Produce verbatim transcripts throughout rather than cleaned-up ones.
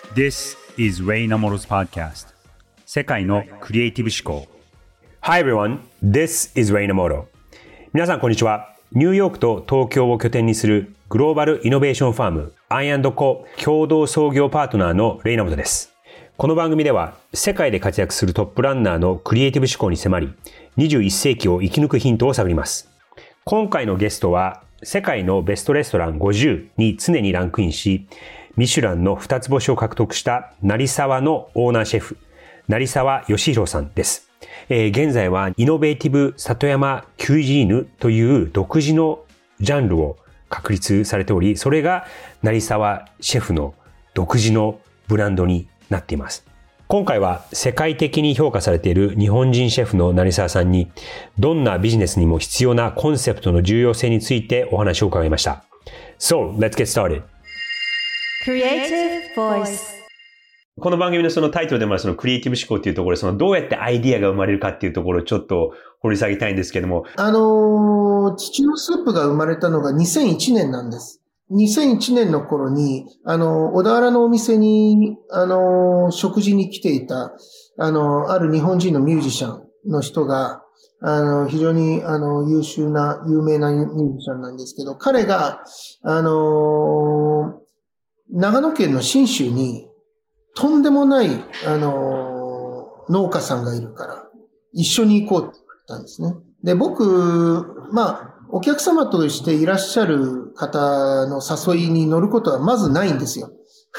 This is Ray Namoro's podcast. 世界のクリエイティブ思考。 Hi everyone, this is Ray Namoro. 皆さんこんにちは。ニューヨークと東京を拠点にするグローバルイノベーションファーム アイアンドコ 共同創業パートナーのレイナモトです。この番組では世界で活躍するトップランナーのクリエイティブ思考に迫り、にじゅういっ世紀を生き抜くヒントを探ります。今回のゲストは世界のベストレストランごじゅうに常にランクインし、ミシュランの二つ星を獲得した成沢のオーナーシェフ、成沢義弘さんです。えー、現在はイノベーティブ里山キュイジーヌという独自のジャンルを確立されており、それが成沢シェフの独自のブランドになっています。今回は世界的に評価されている日本人シェフの成沢さんに、どんなビジネスにも必要なコンセプトの重要性についてお話を伺いました。So, let's get started. Creative Voice。 この番組のそのタイトルでもあるそのクリエイティブ思考っていうところで、そのどうやってアイディアが生まれるかっていうところをちょっと掘り下げたいんですけども。 あのー、父のスープが生まれたのがにせんいちねんなんです。にせんいちねんの頃に、あの、小田原のお店に、あの、食事に来ていた、あの、ある日本人のミュージシャンの人が、あの、非常に、あの、優秀な、有名なミュージシャンなんですけど、彼が、あの、長野県の信州に、とんでもない、あの、農家さんがいるから、一緒に行こうって言ったんですね。で、僕、まあ、お客様としていらっしゃる方の誘いに乗ることはまずないんですよ。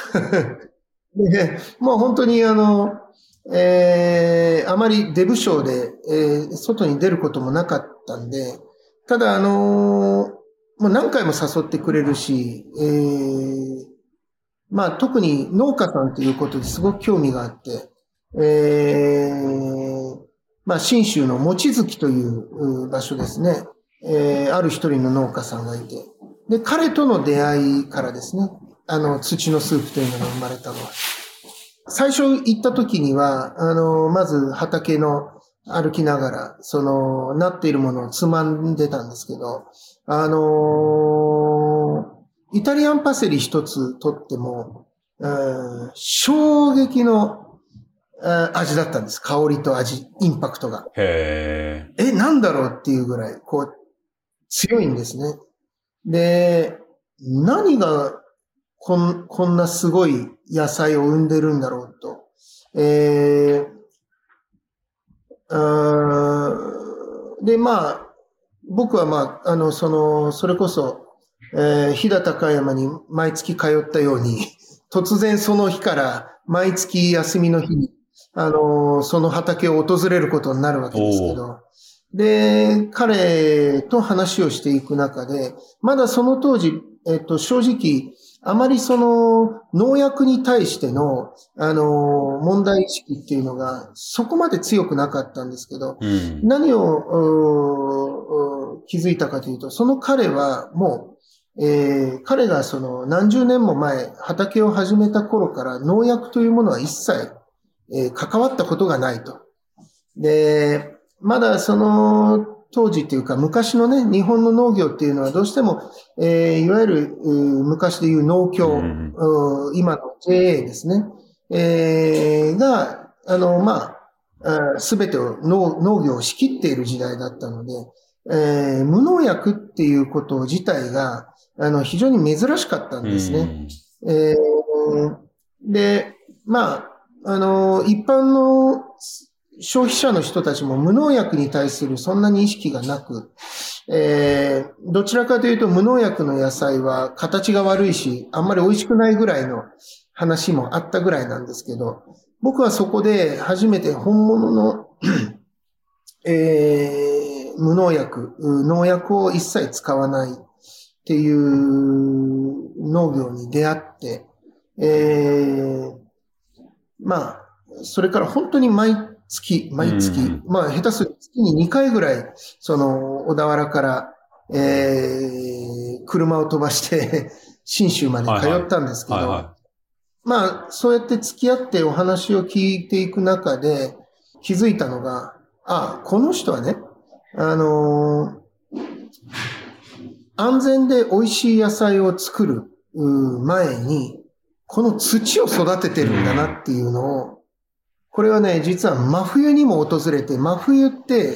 で、もう本当にあの、えー、あまりデブ賞で、えー、外に出ることもなかったんで、ただあのー、もう何回も誘ってくれるし、えー、まあ特に農家さんということですごく興味があって、えー、まあ信州の望月という場所ですね。えー、ある一人の農家さんがいて、で、彼との出会いからですね、あの、土のスープというのが生まれたのは。最初行った時には、あの、まず畑の歩きながら、その、なっているものをつまんでたんですけど、あのー、イタリアンパセリ一つとっても、衝撃の味だったんです。香りと味、インパクトが。 へー。え、なんだろうっていうぐらい、こう、強いんですね。で、何がこん、こんなすごい野菜を生んでるんだろうと。えー、あーで、まあ、僕はまあ、あの、その、それこそ、えー、飛騨高山に毎月通ったように、突然その日から毎月休みの日に、あの、その畑を訪れることになるわけですけど、で、彼と話をしていく中で、まだその当時、えっと、正直、あまりその農薬に対しての、あの、問題意識っていうのがそこまで強くなかったんですけど、うん、何を気づいたかというと、その彼はもう、えー、彼がその何十年も前、畑を始めた頃から農薬というものは一切、えー、関わったことがないと。で、まだその当時っていうか昔のね、日本の農業っていうのはどうしても、えー、いわゆる昔でいう農協、うん、今の ジェーエー ですね、えー、が、あの、まあ、すべてを 農, 農業を仕切っている時代だったので、えー、無農薬っていうこと自体が、あの、非常に珍しかったんですね。うんえー、で、まあ、あの、一般の消費者の人たちも無農薬に対するそんなに意識がなく、えー、どちらかというと無農薬の野菜は形が悪いし、あんまり美味しくないぐらいの話もあったぐらいなんですけど、僕はそこで初めて本物の、えー、無農薬、農薬を一切使わないっていう農業に出会って、えー、まあ、それから本当に毎月、毎月、うん、まあ、下手すると月ににかいぐらい、その、小田原から、えー、車を飛ばして、信州まで通ったんですけど、はいはいはいはい、まあ、そうやって付き合ってお話を聞いていく中で、気づいたのが、あ、この人はね、あのー、安全で美味しい野菜を作る前に、 この土を育ててるんだなっていうのを、これはね、実は真冬にも訪れて、真冬って、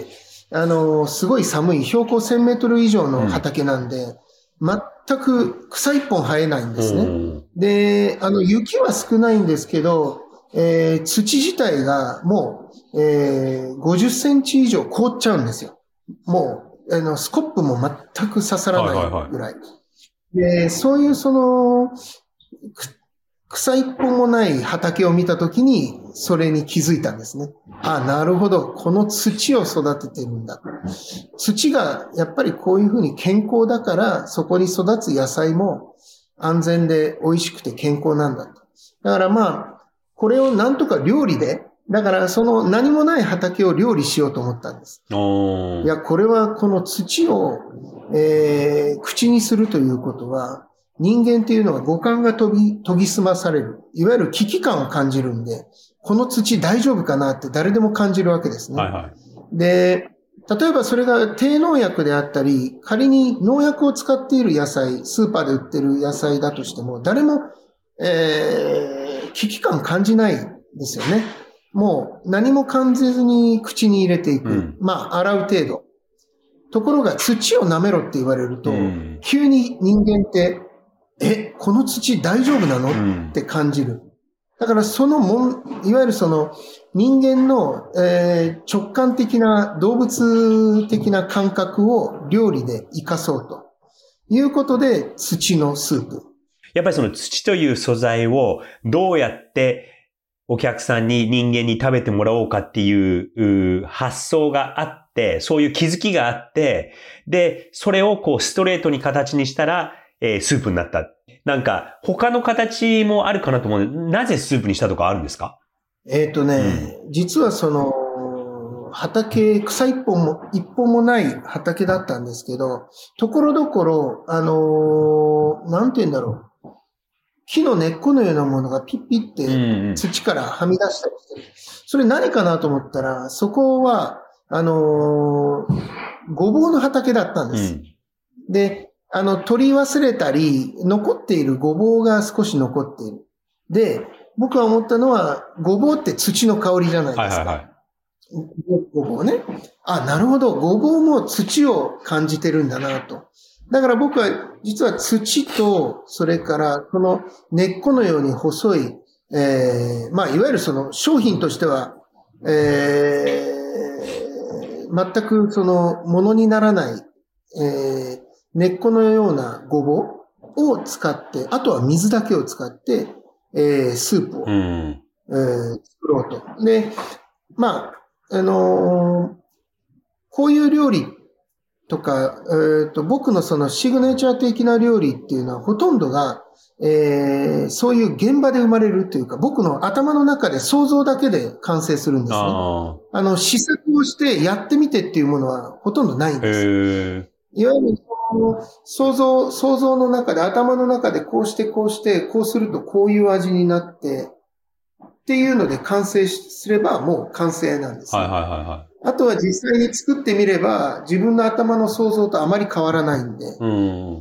あの、すごい寒い標高せんメートル以上の畑なんで、うん、全く草一本生えないんですね。うん、で、あの、雪は少ないんですけど、えー、土自体がもう、えー、ごじゅっセンチ以上凍っちゃうんですよ。もう、あの、スコップも全く刺さらないぐらい。はいはいはい、で、そういうその、草一本もない畑を見たときに、それに気づいたんですね。ああ、なるほど。この土を育ててるんだ。土がやっぱりこういうふうに健康だから、そこに育つ野菜も安全で美味しくて健康なんだと。だからまあ、これをなんとか料理で、だからその何もない畑を料理しようと思ったんです。いや、これはこの土を、えー、口にするということは、人間っていうのは五感が研ぎ、研ぎ澄まされる。いわゆる危機感を感じるんで、この土大丈夫かなって誰でも感じるわけですね。はいはい、で、例えばそれが低農薬であったり、仮に農薬を使っている野菜、スーパーで売ってる野菜だとしても、誰も、えー、危機感感じないんですよね。もう何も感じずに口に入れていく。うん、まあ、洗う程度。ところが土を舐めろって言われると、うん、急に人間って、え、この土大丈夫なの、うん、って感じる。だからそのもん、いわゆるその人間の、えー、直感的な動物的な感覚を料理で活かそうということで土のスープ。 やっぱりその土という素材をどうやってお客さんに人間に食べてもらおうかっていう発想があって、そういう気づきがあって、で、それをこうストレートに形にしたら、えー、スープになった。なんか、他の形もあるかなと思うので、なぜスープにしたとかあるんですか？ えっとね、うん、実はその、畑、草一本も、一本もない畑だったんですけど、ところどころ、あのー、なんて言うんだろう。木の根っこのようなものがピッピって土からはみ出したりしてる。それ何かなと思ったら、そこは、あのー、ごぼうの畑だったんです。うん、で、あの、取り忘れたり、残っているごぼうが少し残っている。で、僕は思ったのは、ごぼうって土の香りじゃないですか。はいはいはい、ごぼうね。あ、なるほど。ごぼうも土を感じてるんだなと。だから僕は実は土と、それからこの根っこのように細い、えー、まあいわゆるその商品としては、えー、全くそのものにならない、えー、根っこのようなごぼうを使って、あとは水だけを使って、えー、スープを、うんえー、作ろうと。で、まあ、あのー、こういう料理とか、えーと、僕のそのシグネチャー的な料理っていうのはほとんどが、えー、そういう現場で生まれるというか、僕の頭の中で想像だけで完成するんですね。あ, あの、試作をしてやってみてっていうものはほとんどないんです。いわゆる想像、想像の中で、頭の中でこうしてこうして、こうするとこういう味になって、っていうので完成すればもう完成なんです、ね。はいはいはいはい。あとは実際に作ってみれば、自分の頭の想像とあまり変わらないんで。うん、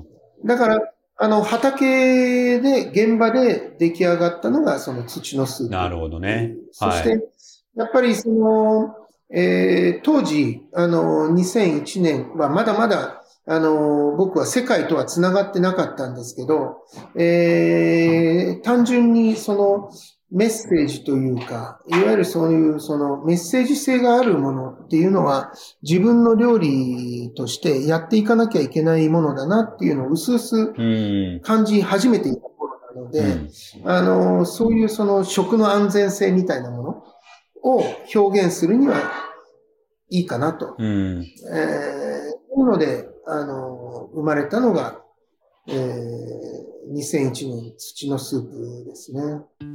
だから、あの、畑で、現場で出来上がったのが、その土のスープ。 なるほどね。 そして、はい、やっぱりその、えー、当時、あの、にせんいちねんはまだまだ、あの、僕は世界とは繋がってなかったんですけど、えー、単純にその、メッセージというか、いわゆるそういうそのメッセージ性があるものっていうのは自分の料理としてやっていかなきゃいけないものだなっていうのをうすうす感じ始めていた頃なので、うん、あの、そういうその食の安全性みたいなものを表現するにはいいかなと。うん、えー、いうので、あの、生まれたのが、えー、にせんいちねん土のスープですね。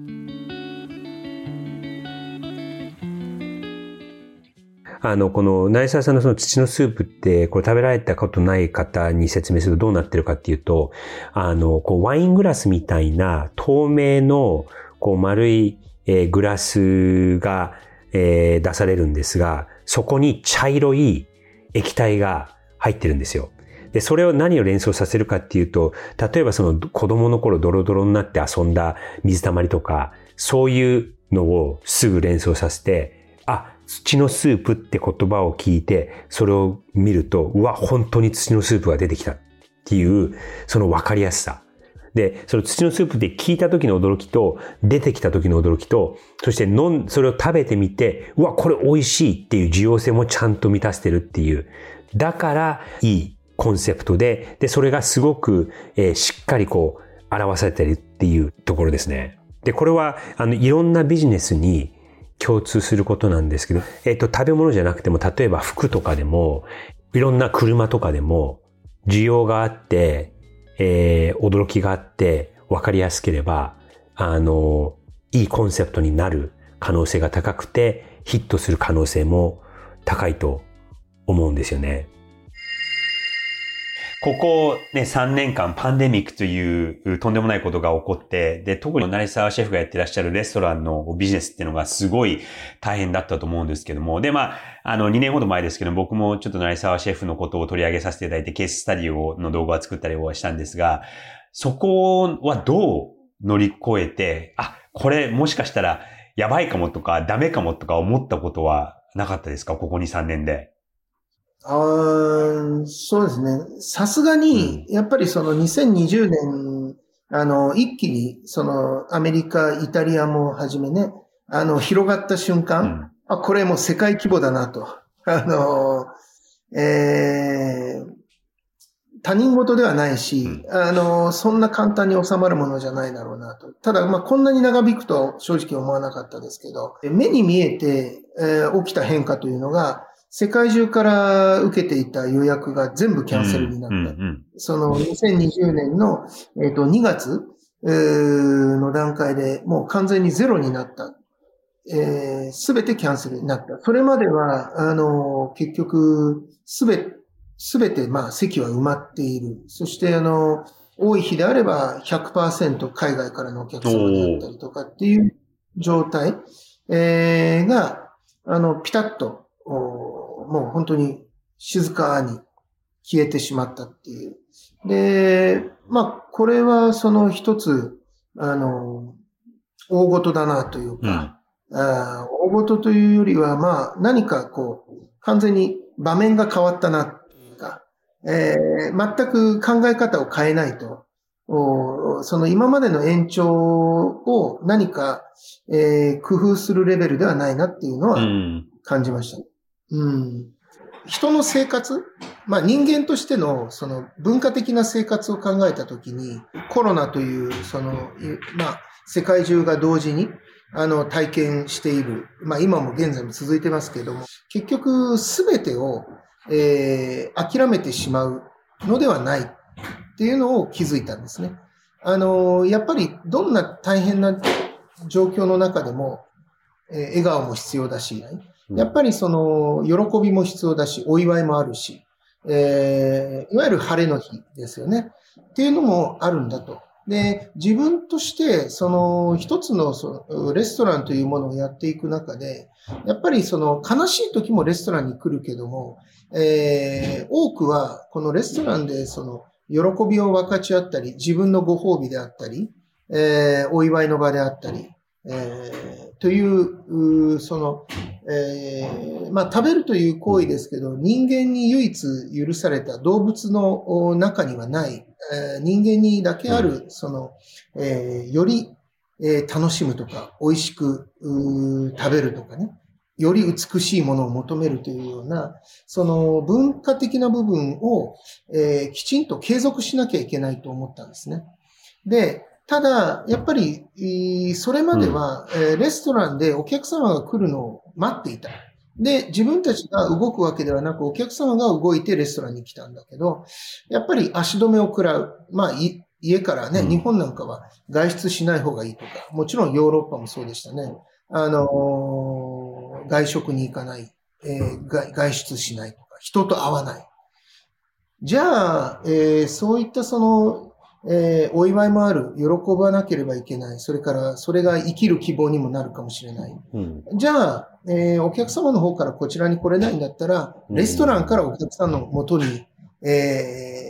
あの、この、成沢さんのその土のスープって、これ食べられたことない方に説明するとどうなってるかっていうと、あの、こう、ワイングラスみたいな透明の、こう、丸い、えー、グラスが、えー、出されるんですが、そこに茶色い液体が入ってるんですよ。 で、それを何を連想させるかっていうと、例えばその子供の頃ドロドロになって遊んだ水たまりとか、そういうのをすぐ連想させて、あ、土のスープって言葉を聞いて、それを見ると、うわ、本当に土のスープが出てきたっていう、その分かりやすさ。で、その土のスープって聞いた時の驚きと、出てきた時の驚きと、そして飲ん、それを食べてみて、うわ、これ美味しいっていう需要性もちゃんと満たしてるっていう。だから、いいコンセプトで、で、それがすごく、えー、しっかりこう、表されてるっていうところですね。で、これは、あの、いろんなビジネスに共通することなんですけど、えっと、食べ物じゃなくても、例えば服とかでも、いろんな車とかでも、需要があって、えー、驚きがあって、わかりやすければ、あの、いいコンセプトになる可能性が高くて、ヒットする可能性も高いと思うんですよね。 ここね、さんねんかんパンデミックというとんでもないことが起こって、で、特に成沢シェフがやってらっしゃるレストランのビジネスっていうのがすごい大変だったと思うんですけども、で、まあ、あの、にねんほど前ですけど、僕もちょっと成沢シェフのことを取り上げさせていただいて、ケーススタディをの動画を作ったりはしたんですが、そこはどう乗り越えて、あ、これもしかしたらやばいかもとかダメかもとか思ったことはなかったですか？ここに、さんねんで。 ああ、そうですね。さすがに、やっぱりそのにせんにじゅうねん、あの、一気に、その、アメリカ、イタリアもはじめね、あの、広がった瞬間、うん、あ、これもう世界規模だなと。あの、えー、他人事ではないし、うん、あの、そんな簡単に収まるものじゃないだろうなと。ただ、まあ、こんなに長引くと正直思わなかったですけど、目に見えて、えー、起きた変化というのが、世界中から受けていた予約が全部キャンセルになった。うんうんうん、そのにせんにじゅうねんの、えー、とにがつ、えー、の段階でもう完全にゼロになった。す、えー、べ、てキャンセルになった。それまでは、あの、結局、すべて、すべて、まあ、席は埋まっている。そして、あの、多い日であれば ひゃくパーセント 海外からのお客様であったりとかっていう状態、えー、が、あの、ピタッと、もう本当に静かに消えてしまったっていう。で、まあ、これはその一つ、あの、大事だなというか、うん、あ大事というよりは、まあ、何かこう、完全に場面が変わったなっていうか、えー、全く考え方を変えないと、その今までの延長を何か、えー、工夫するレベルではないなっていうのは感じました。うんうん、人の生活、まあ人間としてのその文化的な生活を考えたときに、コロナというその、まあ世界中が同時にあの体験している、まあ今も現在も続いてますけれども、結局すべてを、えー、諦めてしまうのではないっていうのを気づいたんですね。あの、やっぱりどんな大変な状況の中でも、えー、笑顔も必要だし、やっぱりその、喜びも必要だし、お祝いもあるし、えー、いわゆる晴れの日ですよね。っていうのもあるんだと。で、自分として、その、一つの、その、レストランというものをやっていく中で、やっぱりその、悲しい時もレストランに来るけども、えー、多くは、このレストランで、その、喜びを分かち合ったり、自分のご褒美であったり、えー、お祝いの場であったり、えー、という、その、えー、まあ食べるという行為ですけど、人間に唯一許された動物の中にはない、えー、人間にだけある、その、えー、より、えー、楽しむとか、美味しく食べるとかね、より美しいものを求めるというような、その文化的な部分を、えー、きちんと継続しなきゃいけないと思ったんですね。で、ただ、やっぱり、それまでは、うん、レストランでお客様が来るのを待っていた。で、自分たちが動くわけではなく、お客様が動いてレストランに来たんだけど、やっぱり足止めを食らう。まあ、家からね、うん、日本なんかは外出しない方がいいとか、もちろんヨーロッパもそうでしたね。あのー、外食に行かない、えー外、外出しないとか、人と会わない。じゃあ、えー、そういったその、えー、お祝いもある、喜ばなければいけない。それから、それが生きる希望にもなるかもしれない。うん、じゃあ、えー、お客様の方からこちらに来れないんだったら、レストランからお客さんの元に、え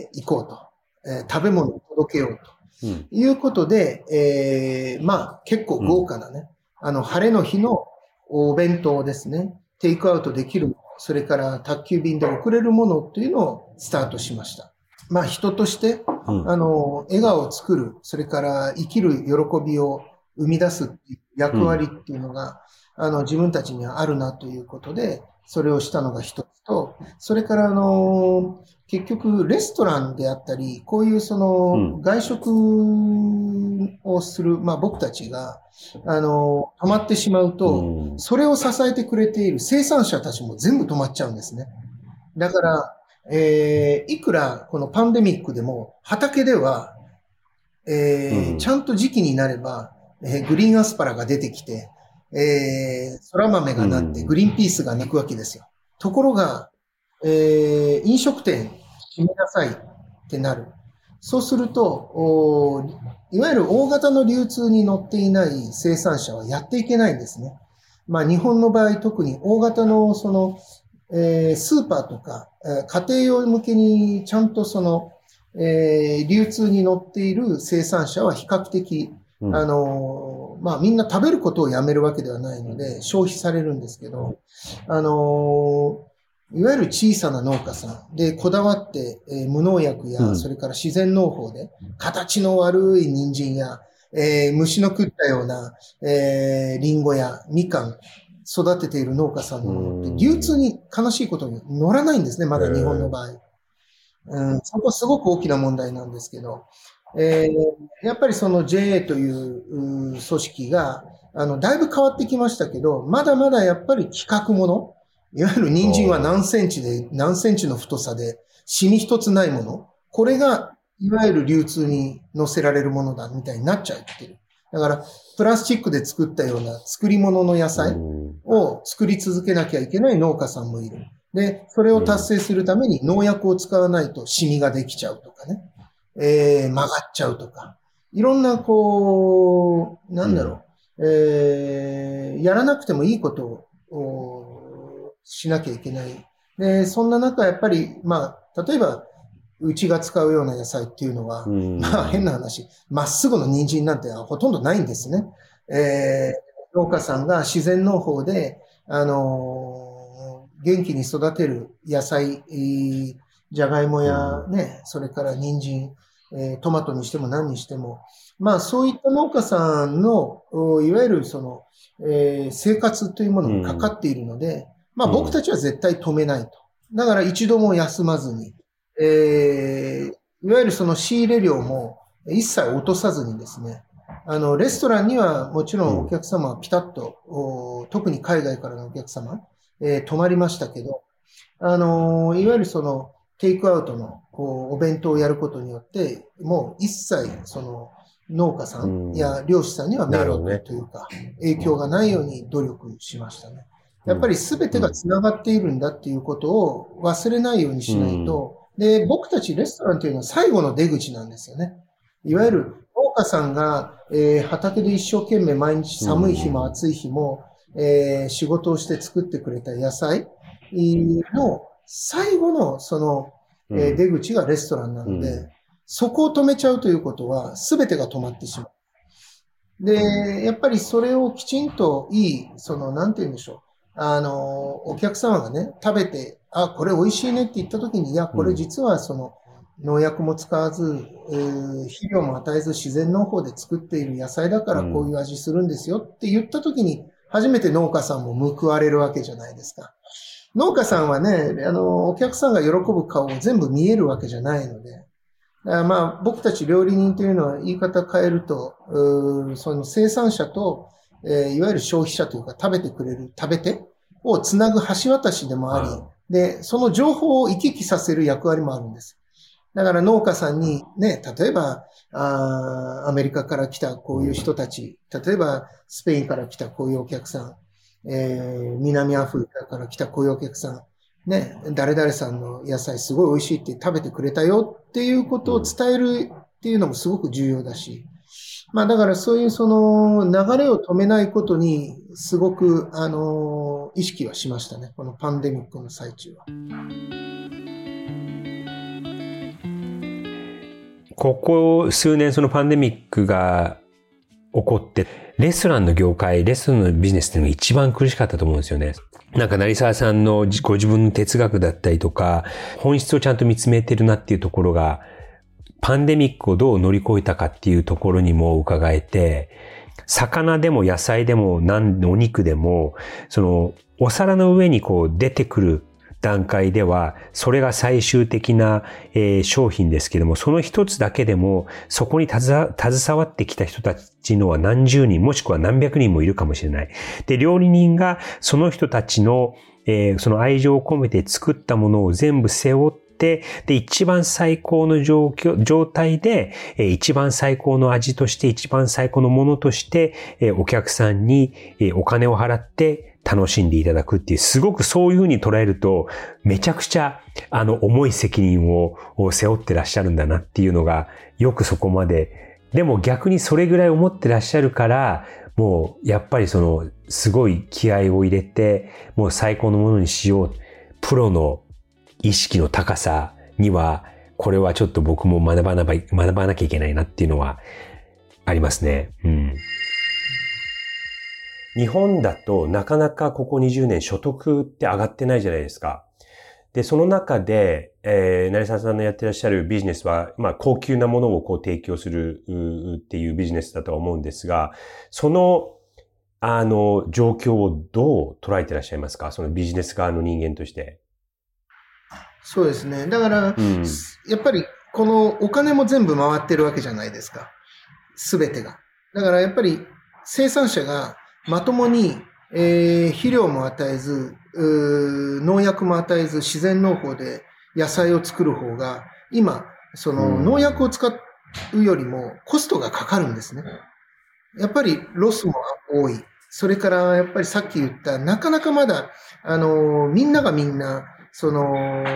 ていこうと。えー食べ物を届けようということで、えーまあ結構豪華なね、あの、晴れの日のお弁当ですね、テイクアウトできる、それから宅急便で送れるものっていうのをスタートしました。まあ人として、 うんあの、笑顔を作る、それから生きる喜びを生み出すっていう役割っていうのが、あの、自分たちにはあるなということで、それをしたのが一つと、それからあの、結局レストランであったり、こういうその外食をする、まあ僕たちが、あの、止まってしまうと、 うんそれを支えてくれている生産者たちも全部止まっちゃうんですね。だから、えーいくらこのパンデミックでも畑では、えーうんちゃんと時期になれば、えーグリーンアスパラが出てきて、えー、空豆がなってうんグリーンピースが鳴くわけですよ。ところが、えー飲食店閉めなさいってなる。そうすると、おーいわゆる大型の流通に乗っていない生産者はやっていけないんですね。まあ日本の場合特に大型のその、えースーパーとか、えー家庭用向けにちゃんとその、えー流通に乗っている生産者は比較的、 うんあのーまあみんな食べることをやめるわけではないので消費されるんですけど、あのーいわゆる小さな農家さんでこだわって、えー無農薬や、 うんそれから自然農法で形の悪い人参や、えー虫の食ったような、えーリンゴやみかん育てている農家さんのものってうん流通に悲しいことに乗らないんですね、まだ日本の場合。うん、そこすごく大きな問題なんですけど、えーやっぱりその ジェーエー というう組織が、あの、だいぶ変わってきましたけど、まだまだやっぱり規格もの、いわゆる人参は何センチで、何センチの太さで、シミ一つないもの、これが、いわゆる流通に乗せられるものだ、みたいになっちゃってる。だから、プラスチックで作ったような作り物の野菜を作り続けなきゃいけない農家さんもいる。で、それを達成するために農薬を使わないとシミができちゃうとかね。えー、曲がっちゃうとか。いろんな、こう、なんだろう。えー、やらなくてもいいことをおしなきゃいけない。で、そんな中、やっぱり、まあ、例えば、うちが使うような野菜っていうのは、 うんまあ変な話、まっすぐの人参なんてほとんどないんですね。えー、農家さんが自然農法で、あのー元気に育てる野菜、えーじゃがいもやね、それから人参、えートマトにしても何にしても、まあそういった農家さんの、おいわゆるその、えー生活というものもかかっているので、まあ僕たちは絶対止めないと。だから一度も休まずに、えーいわゆるその仕入れ量も一切落とさずにですね、あの、レストランにはもちろんお客様はピタッと、お特に海外からのお客様、えー泊まりましたけど、あのーいわゆるその、テイクアウトのこうお弁当をやることによって、もう一切その農家さんや漁師さんには迷惑というか、影響がないように努力しましたね。やっぱり全てが繋がっているんだっていうことを忘れないようにしないと、で、僕たちレストランというのは最後の出口なんですよね。いわゆる農家さんが、えー畑で一生懸命毎日寒い日も暑い日も、えー仕事をして作ってくれた野菜の最後のその、えー出口がレストランなので、 うんそこを止めちゃうということは全てが止まってしまう。で、やっぱりそれをきちんといい、その、なんて言うんでしょう。あの、お客様がね、食べて、あ、これ美味しいねって言った時に、いや、これ実はその、農薬も使わず、えー肥料も与えず自然農法で作っている野菜だからこういう味するんですよって言った時に、初めて農家さんも報われるわけじゃないですか。農家さんはね、あの、お客さんが喜ぶ顔を全部見えるわけじゃないので、だからまあ、僕たち料理人というのは言い方変えると、うーその生産者と、えーいわゆる消費者というか食べてくれる食べ手をつなぐ橋渡しでもあり、で、その情報を行き来させる役割もあるんです。だから農家さんにね、例えば、あーアメリカから来たこういう人たち、例えばスペインから来たこういうお客さん、えー南アフリカから来たこういうお客さん、ね、誰々さんの野菜すごい美味しいって食べてくれたよっていうことを伝えるっていうのもすごく重要だし、まあだからそういうその流れを止めないことにすごくあの意識はしましたね。このパンデミックの最中は。 ここ数年そのパンデミックが起こって、レストランの業界、レストランのビジネスっていうのが一番苦しかったと思うんですよね。なんか成沢さんのご自分の哲学だったりとか、本質をちゃんと見つめてるなっていうところが、パンデミックをどう乗り越えたかっていうところにも伺えて、魚でも野菜でもなんお肉でも、そのお皿の上にこう出てくる段階では、それが最終的な、えー、商品ですけども、その一つだけでも、そこに携わってきた人たちのは何十人、もしくは何百人もいるかもしれない。で、料理人がその人たちの、えー、その愛情を込めて作ったものを全部背負って、で、一番最高の状況、状態で、えー、一番最高の味として、一番最高のものとして、えー、お客さんに、えー、お金を払って、楽しんでいただくっていう、すごくそういうふうに捉えると、めちゃくちゃ、あの、重い責任を背負ってらっしゃるんだなっていうのが、よくそこまで。でも逆にそれぐらい思ってらっしゃるから、もう、やっぱりその、すごい気合を入れて、もう最高のものにしよう。プロの意識の高さには、これはちょっと僕も学ばな、学ばなきゃいけないなっていうのは、ありますね。うん。日本だとなかなかここにじゅうねん所得って上がってないじゃないですか。で、その中で、えー、成沢さんのやってらっしゃるビジネスは、まあ、高級なものをこう提供するっていうビジネスだとは思うんですが、その、あの、状況をどう捉えてらっしゃいますか？そのビジネス側の人間として。 そうですね。だから、うん、やっぱり、このお金も全部回ってるわけじゃないですか。すべてが。だからやっぱり、生産者が、まともに、えー、肥料も与えず、農薬も与えず、自然農法で野菜を作る方が、今、その農薬を使うよりもコストがかかるんですね。やっぱりロスも多い。それからやっぱりさっき言った、なかなかまだ、あの、みんながみんな、その、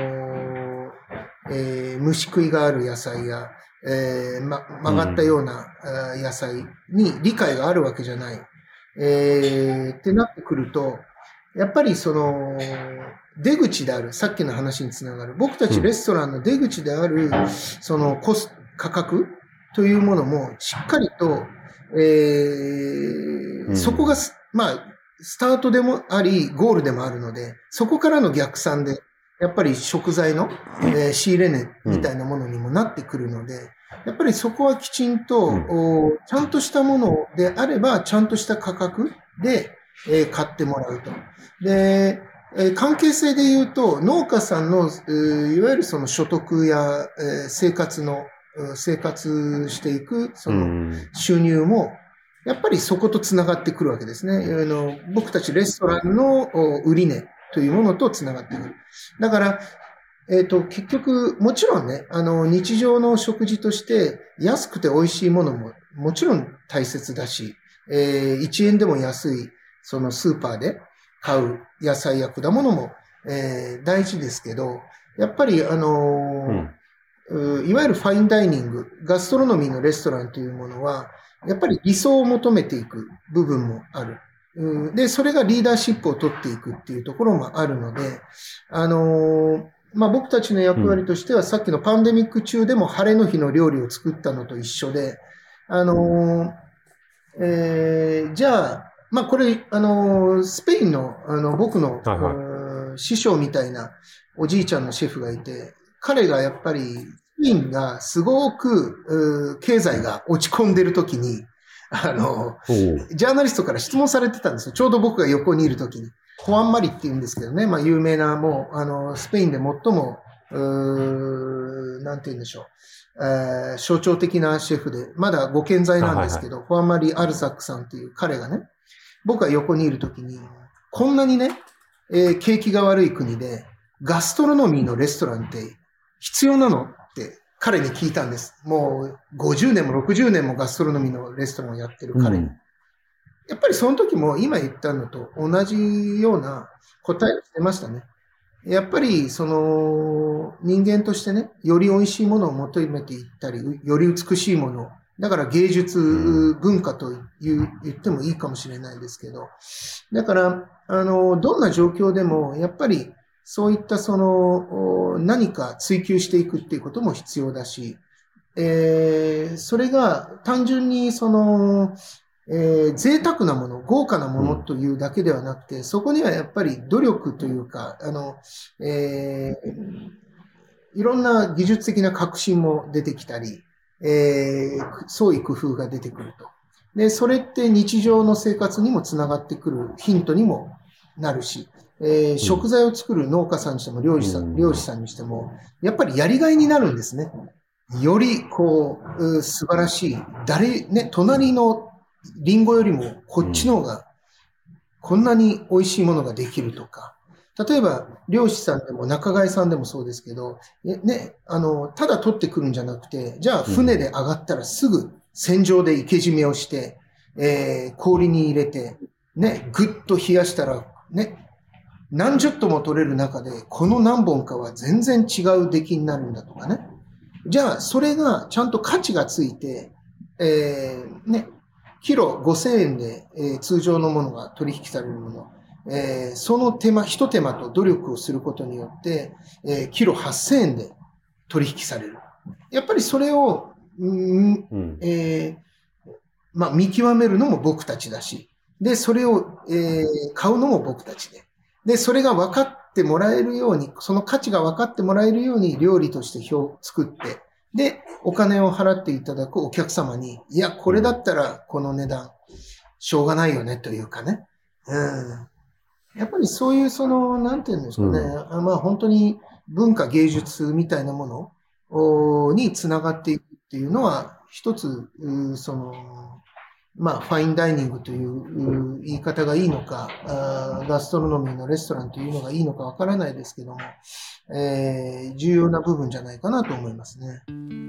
えー、虫食いがある野菜や、えーま、曲がったような、うん、野菜に理解があるわけじゃない。えー、ってなってくると、やっぱりその、出口である、さっきの話につながる、僕たちレストランの出口である、そのコスト、価格というものもしっかりと、えー、そこが、まあ、スタートでもあり、ゴールでもあるので、そこからの逆算で、やっぱり食材の、えー、仕入れ値みたいなものにもなってくるので、やっぱりそこはきちんと、うん、ちゃんとしたものであれば、ちゃんとした価格で、えー、買ってもらうと。で、えー、関係性で言うと、農家さんの、えー、いわゆるその所得や、えー、生活の、生活していく、その収入も、やっぱりそことつながってくるわけですね。あの僕たちレストランの売値というものとつながってくる。だから、えっと、結局、もちろんね、あの、日常の食事として、安くて美味しいものも、もちろん大切だし、えー、いちえんでも安い、そのスーパーで買う野菜や果物も、えー、大事ですけど、やっぱり、あのーうん、いわゆるファインダイニング、ガストロノミーのレストランというものは、やっぱり理想を求めていく部分もある。で、それがリーダーシップを取っていくっていうところもあるので、あのー、まあ僕たちの役割としては、さっきのパンデミック中でも晴れの日の料理を作ったのと一緒で、あのー、えー、じゃあ、まあこれ、あのー、スペインの、あの、僕の、はいはい、師匠みたいなおじいちゃんのシェフがいて、彼がやっぱり、スペインがすごく、経済が落ち込んでる時に、あの、ジャーナリストから質問されてたんですよ。ちょうど僕が横にいる時に。ホアンマリって言うんですけどね。まあ有名なもう、あの、スペインで最も、うー、なんて言うんでしょう、えー。象徴的なシェフで、まだご健在なんですけど、はいはい、ホアンマリ・アルザックさんっていう彼がね、僕が横にいる時に、こんなにね、えー、景気が悪い国で、ガストロノミーのレストランって必要なのって彼に聞いたんです。もうごじゅうねんもろくじゅうねんもガストロノミーのレストランをやってる彼に。うん、やっぱりその時も今言ったのと同じような答えをしてましたね。やっぱりその人間としてね、より美味しいものを求めていったり、より美しいもの、だから芸術、文化という言ってもいいかもしれないですけど、だからあのどんな状況でもやっぱりそういったその何か追求していくっていうことも必要だし、 えー、それが単純にその、えー、贅沢なもの、豪華なものというだけではなくて、うん、そこにはやっぱり努力というか、あの、えー、いろんな技術的な革新も出てきたり、えー、創意工夫が出てくると。で、それって日常の生活にもつながってくるヒントにもなるし、えー、食材を作る農家さんにしても漁師さん、うん、漁師さんにしても、やっぱりやりがいになるんですね。より、こう、素晴らしい、誰、ね、隣のリンゴよりもこっちの方が、こんなに美味しいものができるとか、例えば、漁師さんでも仲買さんでもそうですけど、ね、あの、ただ取ってくるんじゃなくて、じゃあ船で上がったらすぐ船上で生け締めをして、えー、氷に入れて、ね、ぐっと冷やしたら、ね、何十トも取れる中で、この何本かは全然違う出来になるんだとかね。じゃあ、それがちゃんと価値がついて、えー、ね、キロごせんえんで、えー、通常のものが取引されるもの、えー、その手間、一手間と努力をすることによって、えー、キロはっせんえんで取引される。やっぱりそれを、うんうんえーまあ、見極めるのも僕たちだし、で、それを、えー、買うのも僕たちで。で、それが分かってもらえるように、その価値が分かってもらえるように料理として表を作って、で、お金を払っていただくお客様に、いや、これだったらこの値段、しょうがないよねというかね。うん。やっぱりそういう、その、なんていうんですかね。うん、まあ本当に文化芸術みたいなものにつながっていくっていうのは、一つ、その、まあ、ファインダイニングという言い方がいいのか、ガストロノミーのレストランというのがいいのかわからないですけども、えー、重要な部分じゃないかなと思いますね。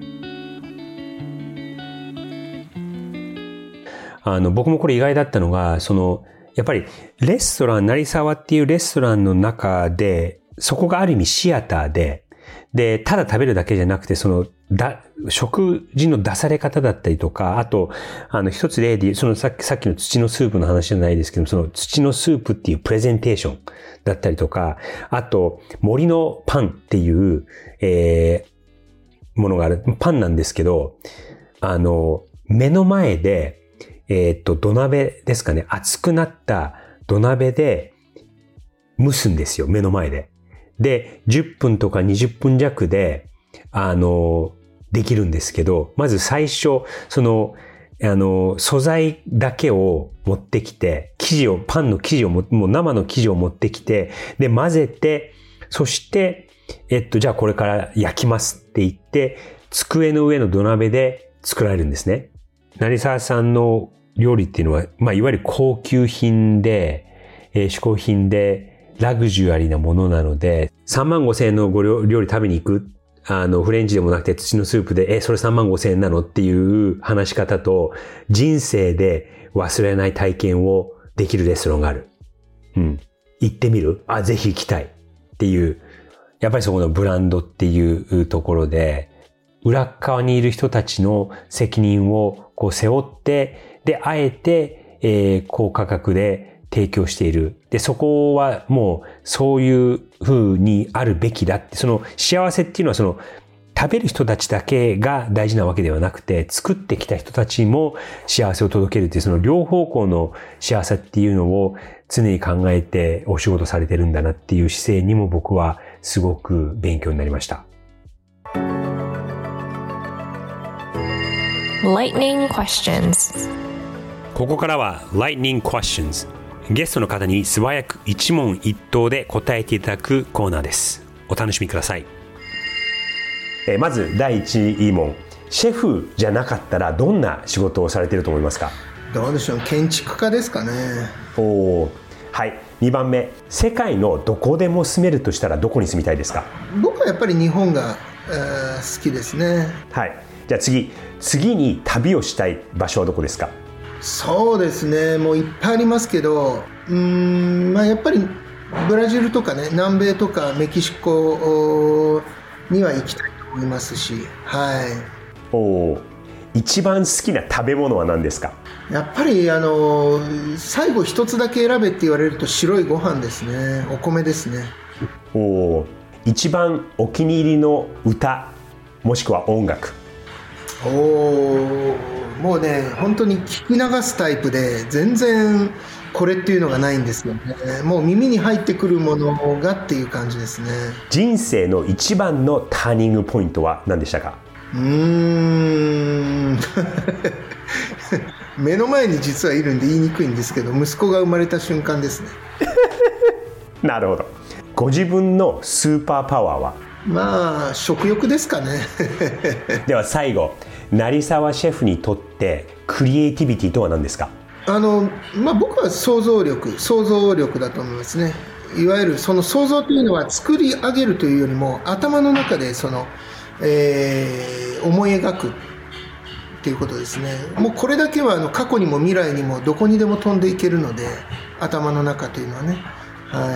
あの、僕もこれ意外だったのが、その、やっぱりレストラン、成沢っていうレストランの中で、そこがある意味シアターで、で、ただ食べるだけじゃなくて、その、だ、食事の出され方だったりとか、あと、あの、一つ例で、そのさっき、さっきの土のスープの話じゃないですけど、その土のスープっていうプレゼンテーションだったりとか、あと、森のパンっていう、えー、ものがある。パンなんですけど、あの、目の前で、えーっと、土鍋ですかね、熱くなった土鍋で蒸すんですよ、目の前で。で、じゅっぷんとかにじゅっぷん弱で、あの、できるんですけど、まず最初、その、あの、素材だけを持ってきて、生地を、パンの生地をも、もう生の生地を持ってきて、で、混ぜて、そして、えっと、じゃあこれから焼きますって言って、机の上の土鍋で作られるんですね。成沢さんの料理っていうのは、まあ、いわゆる高級品で、えー、嗜好品で、ラグジュアリーなものなので、さんまんごせんえんのご料理食べに行く、あの、フレンチでもなくて土のスープで、え、それさんまんごせんえんなのっていう話し方と、人生で忘れない体験をできるレストランがある。うん。行ってみる？あ、ぜひ行きたい。っていう、やっぱりそこのブランドっていうところで、裏側にいる人たちの責任をこう背負って、で、あえて、えー、高価格で提供している。で、そこはもうそういう風にあるべきだって、その幸せっていうのはその食べる人たちだけが大事なわけではなくて、作ってきた人たちも幸せを届けるっていう、その両方向の幸せっていうのを常に考えてお仕事されてるんだなっていう姿勢にも僕はすごく勉強になりました。 Lightning Questions。 ここからは Lightning Questions。ゲストの方に素早く一問一答で答えていただくコーナーです。お楽しみください。えー、まずだいいち問。シェフじゃなかったらどんな仕事をされていると思いますか？ どうでしょう、建築家ですかね。 おー、はい。にばんめ、世界のどこでも住めるとしたらどこに住みたいですか？ 僕はやっぱり日本が、えー、好きですね。 はい。じゃあ次、次に旅をしたい場所はどこですか？ そうですね、もういっぱいありますけど、うーん、まあ、やっぱりブラジルとかね、南米とかメキシコには行きたいと思いますし、はい。 おー、一番好きな食べ物は何ですか？ やっぱりあの最後一つだけ選べって言われると白いご飯ですね。お米ですね。 おー、一番お気に入りの歌もしくは音楽。 おー、もうね、本当に聞き流すタイプで、全然これっていうのがないんですよね。もう耳に入ってくるものがっていう感じですね。 人生の一番のターニングポイントは何でしたか？ うーん目の前に実はいるんで言いにくいんですけど、息子が生まれた瞬間ですね。 なるほど。ご自分のスーパーパワーは？ まあ食欲ですかね。 では最後、成沢シェフにとってクリエイティビティとは何ですか？ あの、まあ、僕は想像力想像力だと思いますね。いわゆるその想像というのは作り上げるというよりも、頭の中でその、えー、思い描くっていうことですね。もうこれだけはあの過去にも未来にもどこにでも飛んでいけるので、頭の中というのはね。はい。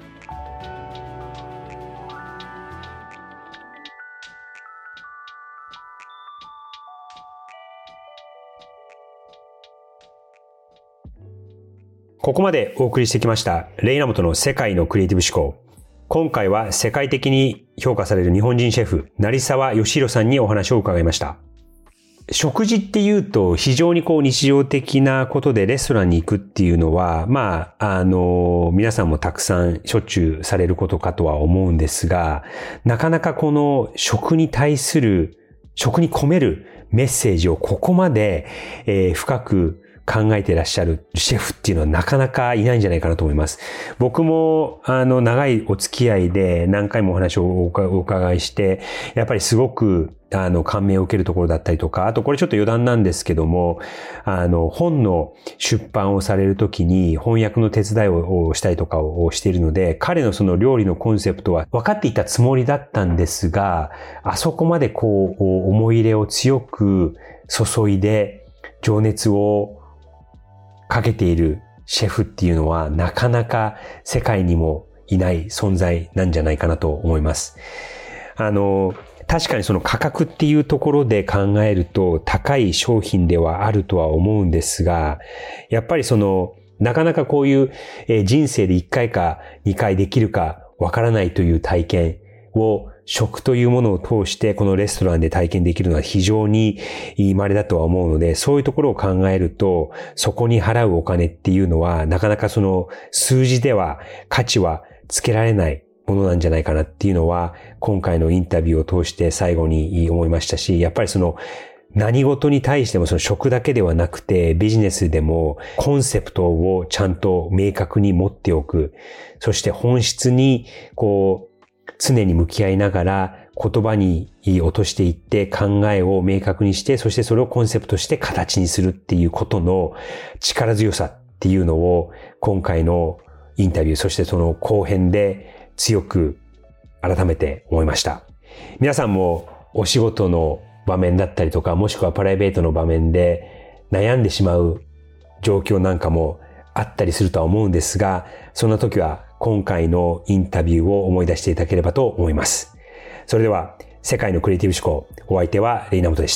ここまでお送りしてきましたレイナモトの世界のクリエイティブ思考。今回は世界的に評価される日本人シェフ、成沢義弘さんにお話を伺いました。食事っていうと非常にこう日常的なことでレストランに行くっていうのは、まあ、あの、皆さんもたくさんしょっちゅうされることかとは思うんですが、なかなかこの食に対する、食に込めるメッセージをここまで、えー、深く考えていらっしゃるシェフっていうのはなかなかいないんじゃないかなと思います。僕もあの長いお付き合いで何回もお話をお伺いして、やっぱりすごくあの感銘を受けるところだったりとか、あとこれちょっと余談なんですけども、あの本の出版をされるときに翻訳の手伝いをしたりとかをしているので、彼のその料理のコンセプトは分かっていたつもりだったんですが、あそこまでこう思い入れを強く注いで情熱をかけているシェフっていうのはなかなか世界にもいない存在なんじゃないかなと思います。あの、確かにその価格っていうところで考えると高い商品ではあるとは思うんですが、やっぱりそのなかなかこういう人生でいっかいかにかいできるかわからないという体験を食というものを通してこのレストランで体験できるのは非常に稀だとは思うので、そういうところを考えると、そこに払うお金っていうのはなかなかその数字では価値はつけられないものなんじゃないかなっていうのは、今回のインタビューを通して最後に思いましたし、やっぱりその何事に対してもその食だけではなくてビジネスでもコンセプトをちゃんと明確に持っておく。そして本質にこう常に向き合いながら言葉に落としていって考えを明確にして、そしてそれをコンセプトして形にするっていうことの力強さっていうのを今回のインタビュー、そしてその後編で強く改めて思いました。皆さんもお仕事の場面だったりとか、もしくはプライベートの場面で悩んでしまう状況なんかもあったりするとは思うんですが、そんな時は今回のインタビューを思い出していただければと思います。それでは、世界のクリエイティブ思考、お相手はレイナモトでした。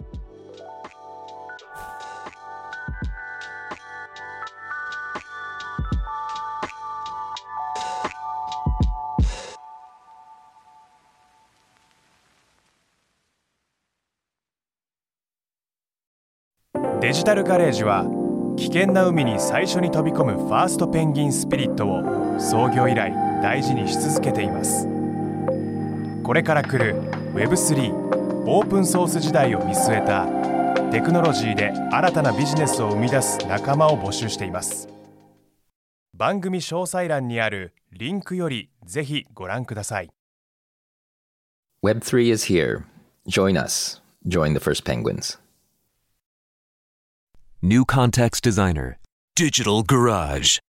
デジタルガレージは危険な海に最初に飛び込むファーストペンギンスピリットを創業以来大事にし続けています。これから来る ウェブスリー オープンソース時代を見据えたテクノロジーで新たなビジネスを生み出す仲間を募集しています。番組詳細欄にあるリンクよりぜひご覧ください。 ウェブスリー is here. Join us. Join the first penguins. New Context Designer, Digital Garage.